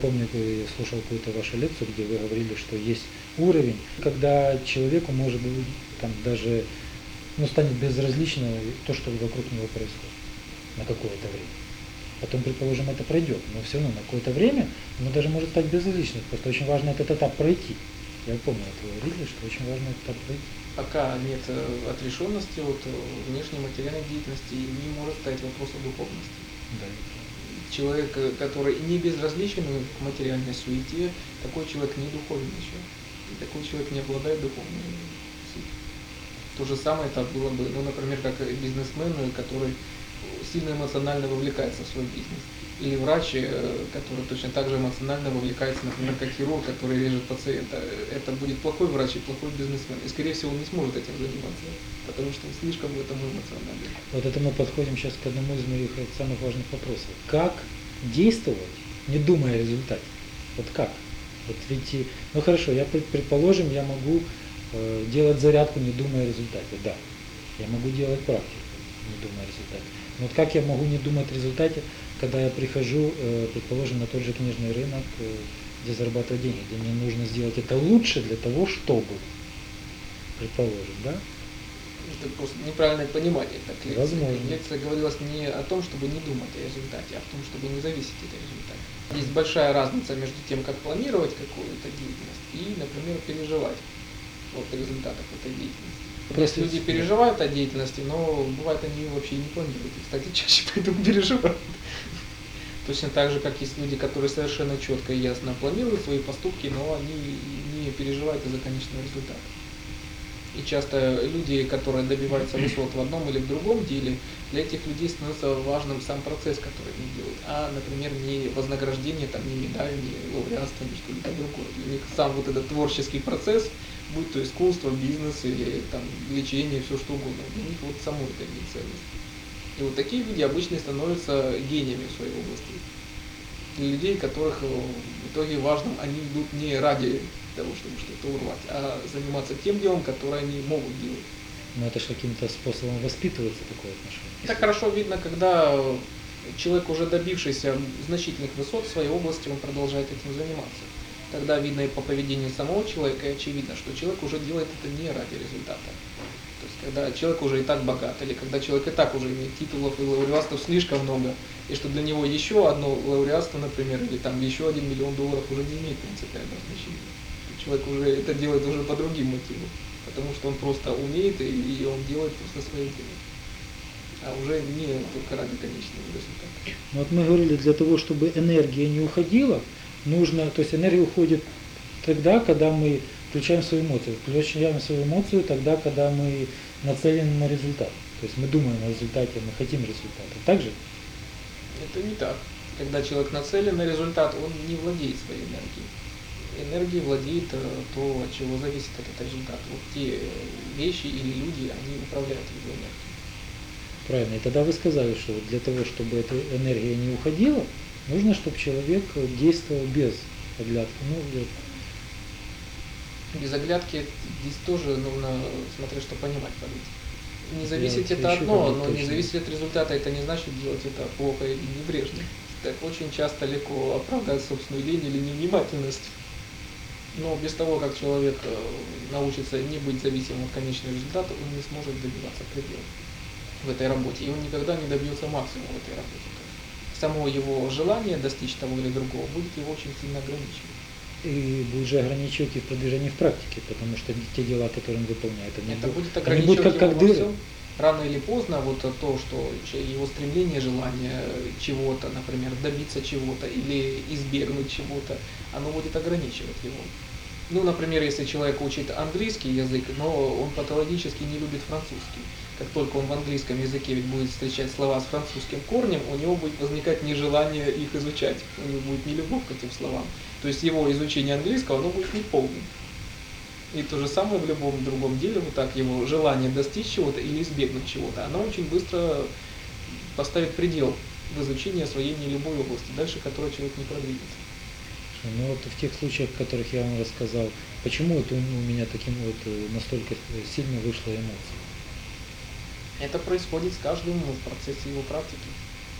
Помню, я слушал какую-то вашу лекцию, где вы говорили, что есть уровень, когда человеку может быть там даже, станет безразлично то, что вокруг него происходит на какое-то время. Потом, предположим, это пройдет, но все равно на какое-то время оно даже может стать безразличным. Просто очень важно этот этап пройти. Я помню, это вы говорили, что очень важно этот этап пройти. Пока нет отрешенности от внешней материальной деятельности, не может стать вопрос о духовности. Да. Человек, который не безразличен к материальной суете, такой человек не духовен еще. И такой человек не обладает духовной сутью. То же самое это было бы, например, как бизнесмен, который сильно эмоционально вовлекается в свой бизнес. Или врач, который точно так же эмоционально вовлекается, например, как хирург, который режет пациента. Это будет плохой врач и плохой бизнесмен. И, скорее всего, он не сможет этим заниматься, потому что он слишком в этом эмоционален. Вот это мы подходим сейчас к одному из моих самых важных вопросов. Как действовать, не думая о результате? Вот как? Вот ведь, хорошо, предположим, я могу делать зарядку, не думая о результате. Да, я могу делать практику, не думая о результате. Но вот как я могу не думать о результате, когда я прихожу, предположим, на тот же книжный рынок, где зарабатывать деньги, где мне нужно сделать это лучше для того, чтобы, предположим, да? Это просто неправильное понимание. Возможно. Лекция говорилась не о том, чтобы не думать о результате, а о том, чтобы не зависеть от результата. Есть большая разница между тем, как планировать какую-то деятельность и, например, переживать от результатов этой деятельности. Просто люди переживают о деятельности, но бывает они вообще не планируют. И, кстати, чаще поэтому переживают. Точно так же, как есть люди, которые совершенно четко и ясно планируют свои поступки, но они не переживают из-за конечного результата. И часто люди, которые добиваются высот в одном или в другом деле, для этих людей становится важным сам процесс, который они делают, а, например, не вознаграждение, не медаль, не лауреатство, не что-либо другое. Для них сам вот этот творческий процесс, будь то искусство, бизнес или лечение, все что угодно, для них вот само это имеет ценность. И вот такие люди обычно становятся гениями в своей области. Для людей, которых в итоге важным, они идут не ради того, чтобы что-то урвать, а заниматься тем делом, которое они могут делать. Но это же каким-то способом воспитывается такое отношение. Это хорошо видно, когда человек, уже добившийся значительных высот в своей области, он продолжает этим заниматься. Тогда видно и по поведению самого человека, и очевидно, что человек уже делает это не ради результата. То есть, когда человек уже и так богат, или когда человек и так уже имеет титулов и лауреатов слишком много, и что для него еще одно лауреатство, например, или еще $1 миллион уже не имеет принципиального значения. Человек уже это делает уже по другим мотивам, потому что он просто умеет, и он делает просто свое дело. А уже не только ради конечного результата. Вот мы говорили, для того, чтобы энергия не уходила, нужно, то есть энергия уходит тогда, когда мы включаем свою эмоцию. Включаем свою эмоцию тогда, когда мы нацелены на результат. То есть мы думаем о результате, мы хотим результата. Так же? Это не так. Когда человек нацелен на результат, он не владеет своей энергией. Энергией владеет то, от чего зависит этот результат. Вот те вещи или люди, они управляют его энергией. Правильно. И тогда вы сказали, что для того, чтобы эта энергия не уходила, нужно, чтобы человек действовал без оглядки. Без оглядки здесь тоже нужно, смотря что понимать под этим. Не зависеть это еще одно, но не зависеть от результата, это не значит делать это плохо или небрежно. Так очень часто легко оправдать собственную лень или невнимательность. Но без того, как человек научится не быть зависимым от конечного результата, он не сможет добиваться предела в этой работе. И он никогда не добьется максимума в этой работе. Само его желание достичь того или другого будет его очень сильно ограничивать. И будет же ограничивать и в продвижении в практике, потому что те дела, которые он выполняет, это будет ограничивать его во всем. Рано или поздно то, что его стремление, желание чего-то, например, добиться чего-то или избегнуть чего-то, оно будет ограничивать его. Например, если человек учит английский язык, но он патологически не любит французский. Как только он в английском языке будет встречать слова с французским корнем, у него будет возникать нежелание их изучать, у него будет нелюбовь к этим словам. То есть его изучение английского, оно будет неполным. И то же самое в любом другом деле, вот так его желание достичь чего-то или избегнуть чего-то, оно очень быстро поставит предел в изучении освоения любой области, дальше которой человек не продвинется. Вот в тех случаях, о которых я вам рассказал, почему это у меня таким настолько сильно вышла эмоция? Это происходит с каждым в процессе его практики.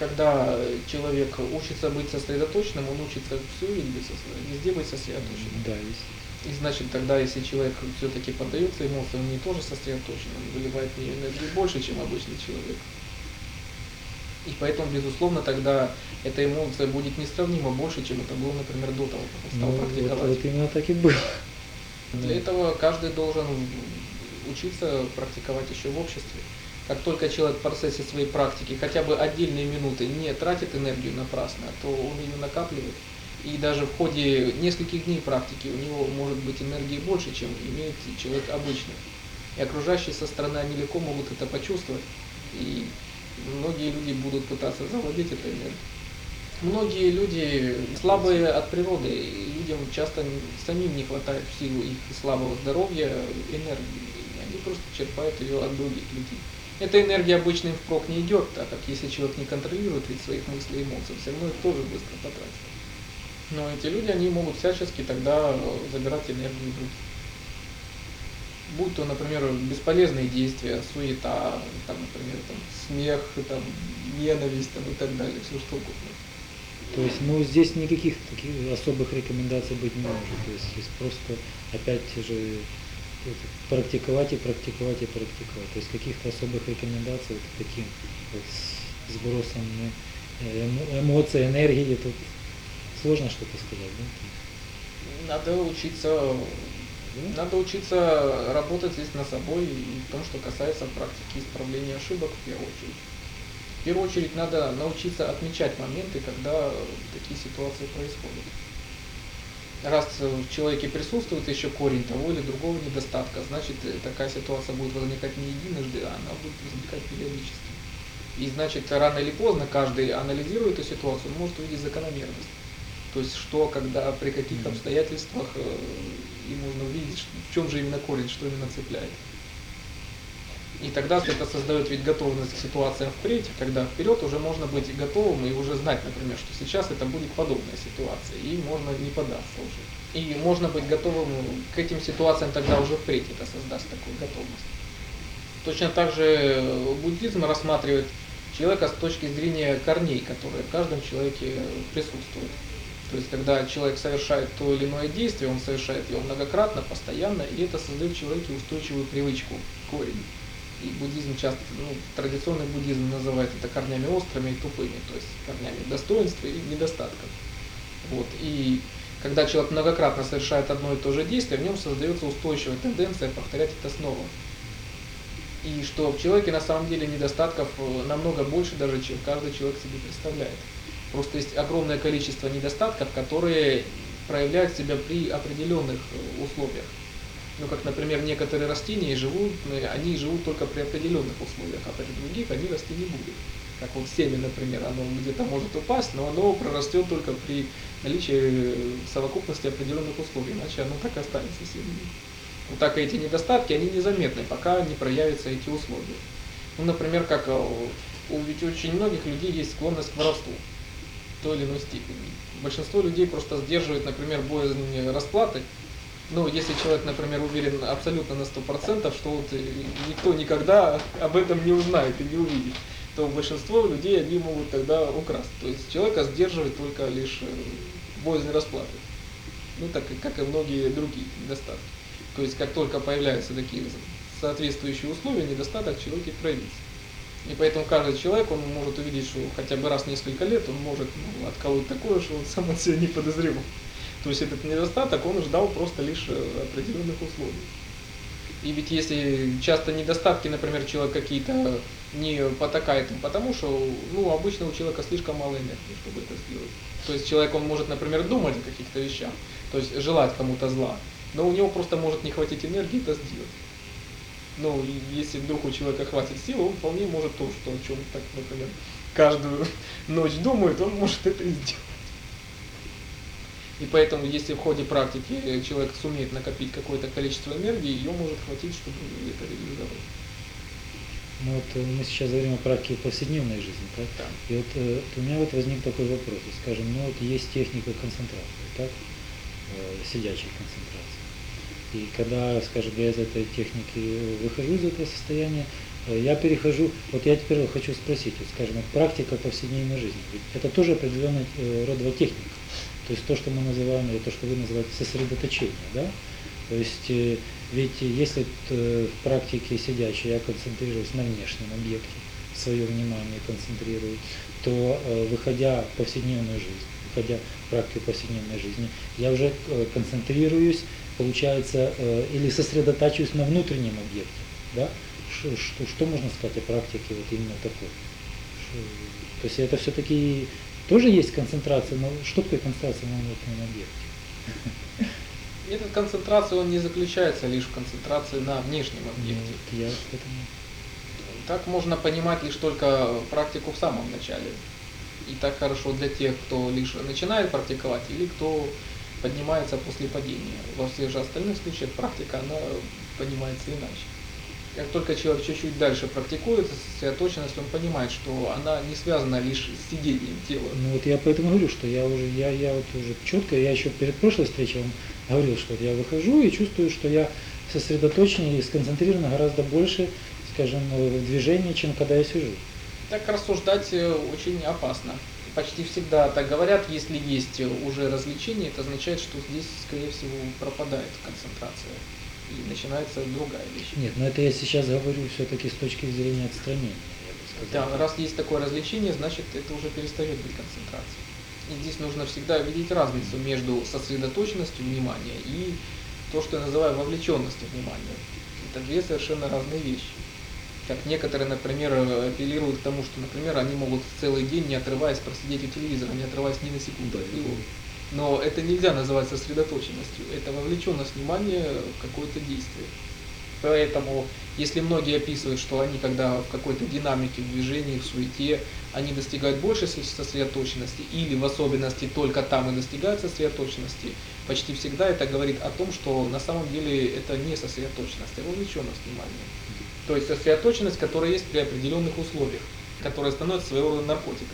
когда человек учится быть сосредоточенным, он учится всю жизнь везде быть сосредоточенным. Да, естественно. И значит, тогда, если человек все-таки поддается эмоциям, он не тоже сосредоточен, он выливает в нее энергии больше, чем обычный человек. И поэтому, безусловно, тогда эта эмоция будет несравнимо больше, чем это было, например, до того, как он стал практиковать. Вот именно так и было. Для этого каждый должен учиться практиковать еще в обществе. Как только человек в процессе своей практики хотя бы отдельные минуты не тратит энергию напрасно, то он ее накапливает. И даже в ходе нескольких дней практики у него может быть энергии больше, чем имеет человек обычный. И окружающие со стороны, они легко могут это почувствовать. И многие люди будут пытаться завладеть этой энергией. Многие люди слабые от природы, и людям часто самим не хватает в силу их слабого здоровья энергии. И они просто черпают ее от других людей. Эта энергия обычно им впрок не идет, так как если человек не контролирует ведь своих мыслей и эмоций, все равно их тоже быстро потратит. Но эти люди, они могут всячески тогда забирать энергию других. Будь то, например, бесполезные действия, суета, там, например, там, смех, там, ненависть там, и так далее, все что угодно. То есть, здесь никаких таких особых рекомендаций быть не может. То есть просто опять же практиковать и практиковать и практиковать. То есть каких-то особых рекомендаций вот таким вот сбросом эмоций, энергии тут сложно что-то сказать, да? Надо учиться работать здесь над собой и в том, что касается практики исправления ошибок в первую очередь. В первую очередь надо научиться отмечать моменты, когда такие ситуации происходят. Раз в человеке присутствует еще корень того или другого недостатка, значит такая ситуация будет возникать не единожды, а она будет возникать периодически. И значит рано или поздно каждый, анализируя эту ситуацию, может увидеть закономерность. То есть что, когда, при каких обстоятельствах, и можно увидеть, в чем же именно корень, что именно цепляет. И тогда это создает ведь готовность к ситуациям впредь, когда вперед уже можно быть готовым и уже знать, например, что сейчас это будет подобная ситуация, и можно не поддаться уже. И можно быть готовым к этим ситуациям тогда уже впредь, это создаст такую готовность. Точно так же буддизм рассматривает человека с точки зрения корней, которые в каждом человеке присутствуют. То есть, когда человек совершает то или иное действие, он совершает его многократно, постоянно, и это создает в человеке устойчивую привычку, корень. И буддизм часто, традиционный буддизм называет это корнями острыми и тупыми, то есть корнями достоинств и недостатков. Вот. И когда человек многократно совершает одно и то же действие, в нем создается устойчивая тенденция повторять это снова. И что в человеке на самом деле недостатков намного больше даже, чем каждый человек себе представляет. Просто есть огромное количество недостатков, которые проявляют себя при определенных условиях. Как, например, некоторые растения они живут только при определенных условиях, а при других они расти не будут. Как вот семя, например, оно где-то может упасть, но оно прорастет только при наличии совокупности определенных условий, иначе оно так и останется семенем. Вот так и эти недостатки, они незаметны, пока не проявятся эти условия. Например, как ведь у очень многих людей есть склонность к воровству в той или иной степени. Большинство людей просто сдерживает, например, боязнь расплаты. Если человек, например, уверен абсолютно на 100%, что никто никогда об этом не узнает и не увидит, то большинство людей, они могут тогда украсть. То есть человека сдерживает только лишь боязнь расплаты. Так как и многие другие недостатки. То есть как только появляются такие соответствующие условия, недостаток в человеке проявится. И поэтому каждый человек, он может увидеть, что хотя бы раз в несколько лет он может отколоть такое, что он сам от себя не подозревал. То есть этот недостаток, он ждал просто лишь определенных условий. И ведь если часто недостатки, например, человек какие-то не потакает им, потому что обычно у человека слишком мало энергии, чтобы это сделать. То есть человек, он может, например, думать о каких-то вещах, то есть желать кому-то зла, но у него просто может не хватить энергии это сделать. И если вдруг у человека хватит сил, он вполне может то, что о чем так, например, каждую ночь думает, он может это и сделать. И поэтому, если в ходе практики человек сумеет накопить какое-то количество энергии, ее может хватить, чтобы это реализовать. Мы сейчас говорим о практике повседневной жизни, так? Да. И у меня возник такой вопрос. Скажем, есть техника концентрации, так? Сидячей концентрации. И когда, скажем, я из этой техники выхожу из этого состояния, Я перехожу, вот я теперь хочу спросить, вот, скажем, вот практика повседневной жизни, ведь это тоже определенный родовая техника, то есть то, что мы называем, или то, что вы называете сосредоточение, да? То есть ведь если в практике сидячей я концентрируюсь на внешнем объекте, свое внимание концентрирую, то выходя в повседневную жизнь, выходя в практику повседневной жизни, я уже концентрируюсь, получается, или сосредотачиваюсь на внутреннем объекте, да? Что можно сказать о практике вот именно такой? То есть это все-таки тоже есть концентрация, но что такое концентрация на внутреннем объекте? Метод концентрации, он не заключается лишь в концентрации на внешнем объекте. Я к этому... Так можно понимать лишь только практику в самом начале. И так хорошо для тех, кто лишь начинает практиковать или кто поднимается после падения. Во всех же остальных случаях практика, она понимается иначе. Как только человек чуть-чуть дальше практикует сосредоточенность, он понимает, что она не связана лишь с сидением тела. Ну вот я поэтому говорю, что я вот уже четко, я еще перед прошлой встречей вам говорил, что я выхожу и чувствую, что я сосредоточен и сконцентрирован гораздо больше, скажем, в движении, чем когда я сижу. Так рассуждать очень опасно. Почти всегда так говорят, если есть уже развлечение, это означает, что здесь, скорее всего, пропадает концентрация. И начинается другая вещь. Нет, но это я сейчас говорю все-таки с точки зрения отстранения, я бы сказал. Да, раз есть такое развлечение, значит это уже перестает быть концентрацией. И здесь нужно всегда видеть разницу между сосредоточенностью внимания и то, что я называю вовлеченностью внимания. Это две совершенно разные вещи. Как некоторые, например, апеллируют к тому, что, например, они могут целый день, не отрываясь, просидеть у телевизора, не отрываясь ни на секунду от него. Но это нельзя называть сосредоточенностью, это вовлеченность внимания в какое-то действие. Поэтому, если многие описывают, что они, когда в какой-то динамике, в движении, в суете, они достигают большей сосредоточенности, или в особенности только там и достигают сосредоточенности, почти всегда это говорит о том, что на самом деле это не сосредоточенность, а вовлеченность внимания. То есть сосредоточенность, которая есть при определенных условиях, которая становится своего рода наркотиком.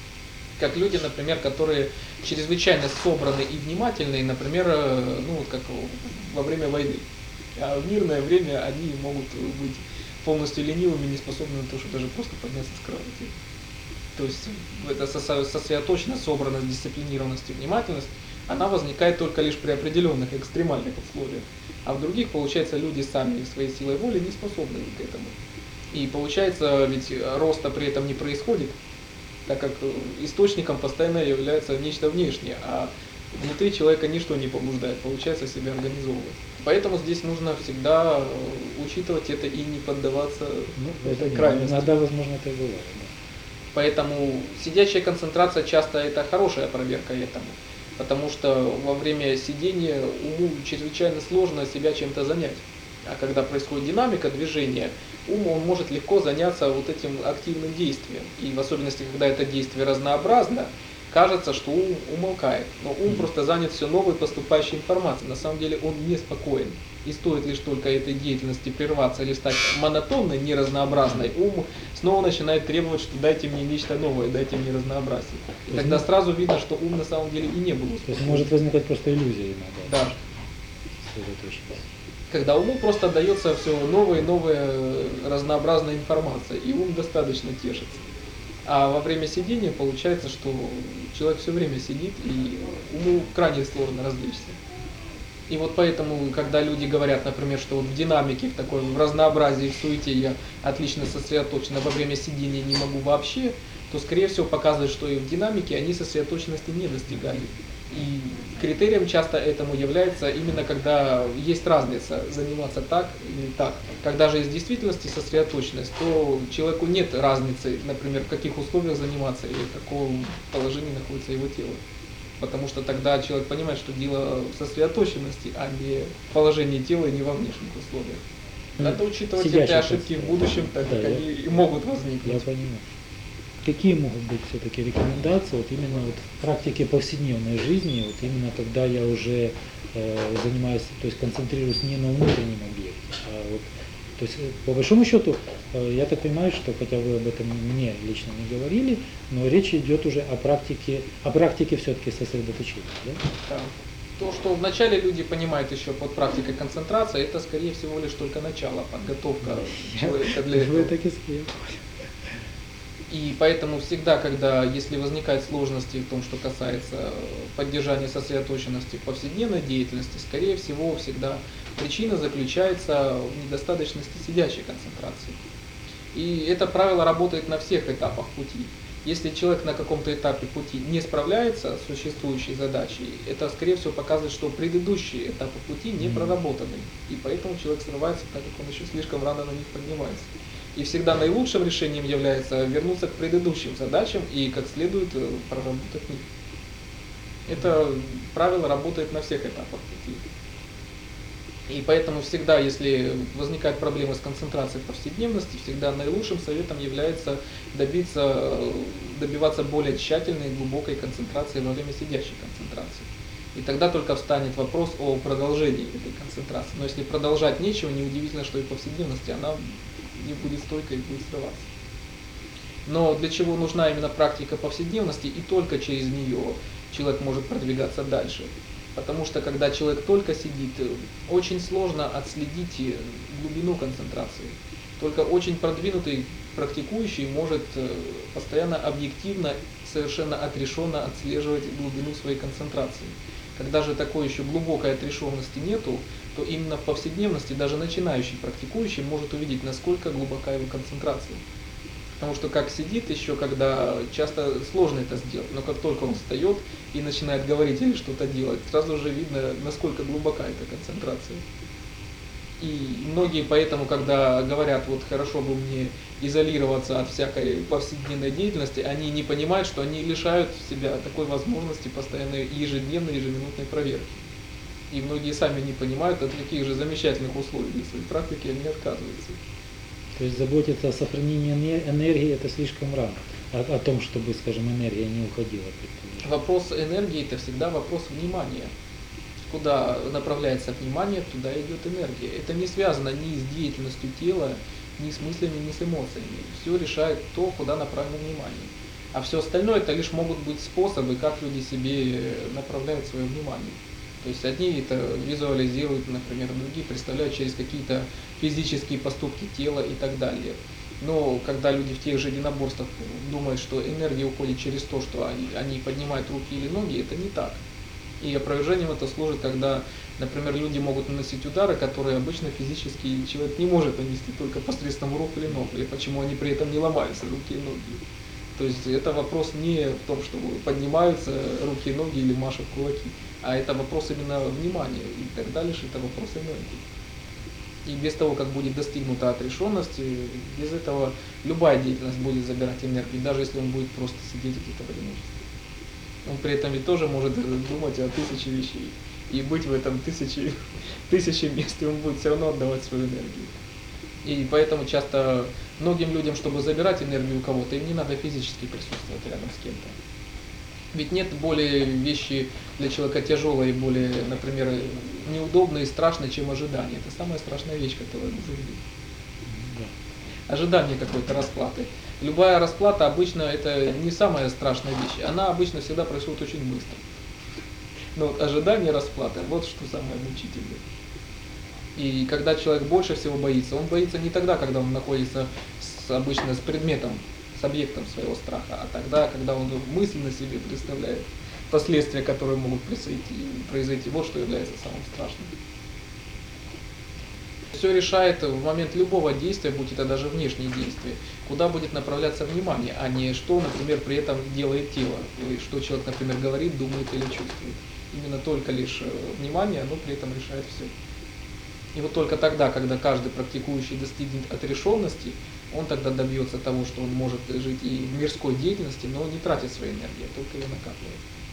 Как люди, например, которые чрезвычайно собраны и внимательны, например, ну вот как во время войны. А в мирное время они могут быть полностью ленивыми, не способны на то, чтобы даже просто подняться с кровати. То есть эта сосредоточенность, собранность, дисциплинированность и внимательность, она возникает только лишь при определенных экстремальных условиях. А в других, получается, люди сами своей силой воли не способны к этому. И получается, ведь роста при этом не происходит, так как источником постоянно является нечто внешнее, а внутри человека ничто не побуждает, получается, себя организовывать. Поэтому здесь нужно всегда учитывать это и не поддаваться этой крайности. Иногда, возможно, это и бывает. Да. Поэтому сидячая концентрация часто это хорошая проверка этому, потому что во время сидения уму чрезвычайно сложно себя чем-то занять. А когда происходит динамика движения, ум он может легко заняться вот этим активным действием. И в особенности, когда это действие разнообразно, кажется, что ум умолкает. Но ум просто занят все новой поступающей информацией. На самом деле он неспокоен. И стоит лишь только этой деятельности прерваться или стать монотонной, неразнообразной, ум снова начинает требовать, что дайте мне нечто новое, дайте мне разнообразие. И тогда сразу видно, что ум на самом деле и не был успокоен. То есть может возникать просто иллюзия иногда. Да. Когда уму просто дается все новая и новая разнообразная информация, и ум достаточно тешится. А во время сидения получается, что человек все время сидит, и уму крайне сложно развлечься. И вот поэтому, когда люди говорят, например, что вот в динамике, в разнообразии, в суете я отлично сосредоточен, а во время сидения не могу вообще, то, скорее всего, показывает, что и в динамике они сосредоточенности не достигали. И критерием часто этому является именно когда есть разница заниматься так или так. Когда же есть в действительности сосредоточенность, то человеку нет разницы, например, в каких условиях заниматься или в каком положении находится его тело. Потому что тогда человек понимает, что дело в сосредоточенности, а не в положении тела и не во внешних условиях. Надо учитывать эти ошибки в будущем, так как они и могут возникнуть. Я понимаю. Какие могут быть все-таки рекомендации вот именно вот в практике повседневной жизни, вот именно когда я уже занимаюсь, то есть концентрируюсь не на внутреннем объекте, а вот, то есть по большому счету, я так понимаю, что хотя вы об этом мне лично не говорили, но речь идет уже о практике все-таки сосредоточения, да? Да. То, что вначале люди понимают еще под практикой концентрации, это скорее всего лишь только начало, подготовка человека для Вы этого. так и сказали. И поэтому всегда, если возникают сложности в том, что касается поддержания сосредоточенности в повседневной деятельности, скорее всего всегда причина заключается в недостаточности сидячей концентрации. И это правило работает на всех этапах пути. Если человек на каком-то этапе пути не справляется с существующей задачей, это скорее всего показывает, что предыдущие этапы пути не проработаны. И поэтому человек срывается, так как он еще слишком рано на них поднимается. И всегда наилучшим решением является вернуться к предыдущим задачам и как следует проработать их. Это правило работает на всех этапах пути. И поэтому всегда, если возникают проблемы с концентрацией в повседневности, всегда наилучшим советом является добиваться более тщательной и глубокой концентрации во время сидячей концентрации. И тогда только встанет вопрос о продолжении этой концентрации. Но если продолжать нечего, неудивительно, что и в повседневности она не будет стойкой и будет срываться. Но для чего нужна именно практика повседневности, и только через нее человек может продвигаться дальше. Потому что когда человек только сидит, очень сложно отследить глубину концентрации. Только очень продвинутый практикующий может постоянно объективно, совершенно отрешенно отслеживать глубину своей концентрации. Когда же такой еще глубокой отрешенности нету, то именно в повседневности даже начинающий практикующий может увидеть, насколько глубока его концентрация. Потому что как сидит еще, когда часто сложно это сделать, но как только он встает и начинает говорить или что-то делать, сразу же видно, насколько глубока эта концентрация. И многие поэтому, когда говорят, вот хорошо бы мне изолироваться от всякой повседневной деятельности, они не понимают, что они лишают себя такой возможности постоянной ежедневной, ежеминутной проверки. И многие сами не понимают, от таких же замечательных условий для своей практики они отказываются. То есть заботиться о сохранении энергии это слишком рано. О том, чтобы, скажем, энергия не уходила, предположим. Вопрос энергии – это всегда вопрос внимания. Куда направляется внимание, туда идет энергия. Это не связано ни с деятельностью тела, ни с мыслями, ни с эмоциями. Все решает то, куда направлено внимание. А все остальное это лишь могут быть способы, как люди себе направляют свое внимание. То есть одни это визуализируют, например, другие представляют через какие-то физические поступки тела и так далее. Но когда люди в тех же единоборствах думают, что энергия уходит через то, что они поднимают руки или ноги, это не так. И опровержением это служит, когда, например, люди могут наносить удары, которые обычно физически человек не может нанести только посредством рук или ног, или почему они при этом не ломаются, руки и ноги. То есть это вопрос не в том, что поднимаются руки и ноги или машут кулаки, а это вопрос именно внимания, и тогда лишь это вопрос энергии. И без того, как будет достигнута отрешенность, без этого любая деятельность будет забирать энергию, даже если он будет просто сидеть где-то в одиночестве. Он при этом ведь тоже может думать о 1000 вещей и быть в этом тысячи мест, и он будет все равно отдавать свою энергию. И поэтому часто многим людям, чтобы забирать энергию у кого-то, им не надо физически присутствовать рядом с кем-то. Ведь нет более вещи для человека тяжелой, более, например, неудобной и страшной, чем ожидание. Это самая страшная вещь, которая может быть. Ожидание какой-то расплаты. Любая расплата обычно это не самая страшная вещь. Она обычно всегда происходит очень быстро. Но вот ожидание расплаты, вот что самое мучительное. И когда человек больше всего боится, он боится не тогда, когда он находится обычно с предметом, с объектом своего страха, а тогда, когда он мысленно себе представляет последствия, которые могут произойти. Вот что является самым страшным. Все решает в момент любого действия, будь это даже внешнее действие, куда будет направляться внимание, а не что, например, при этом делает тело, или что человек, например, говорит, думает или чувствует. Именно только лишь внимание, оно при этом решает все. И вот только тогда, когда каждый практикующий достигнет отрешенности, он тогда добьется того, что он может жить и в мирской деятельности, но не тратит своей энергии, а только ее накапливает.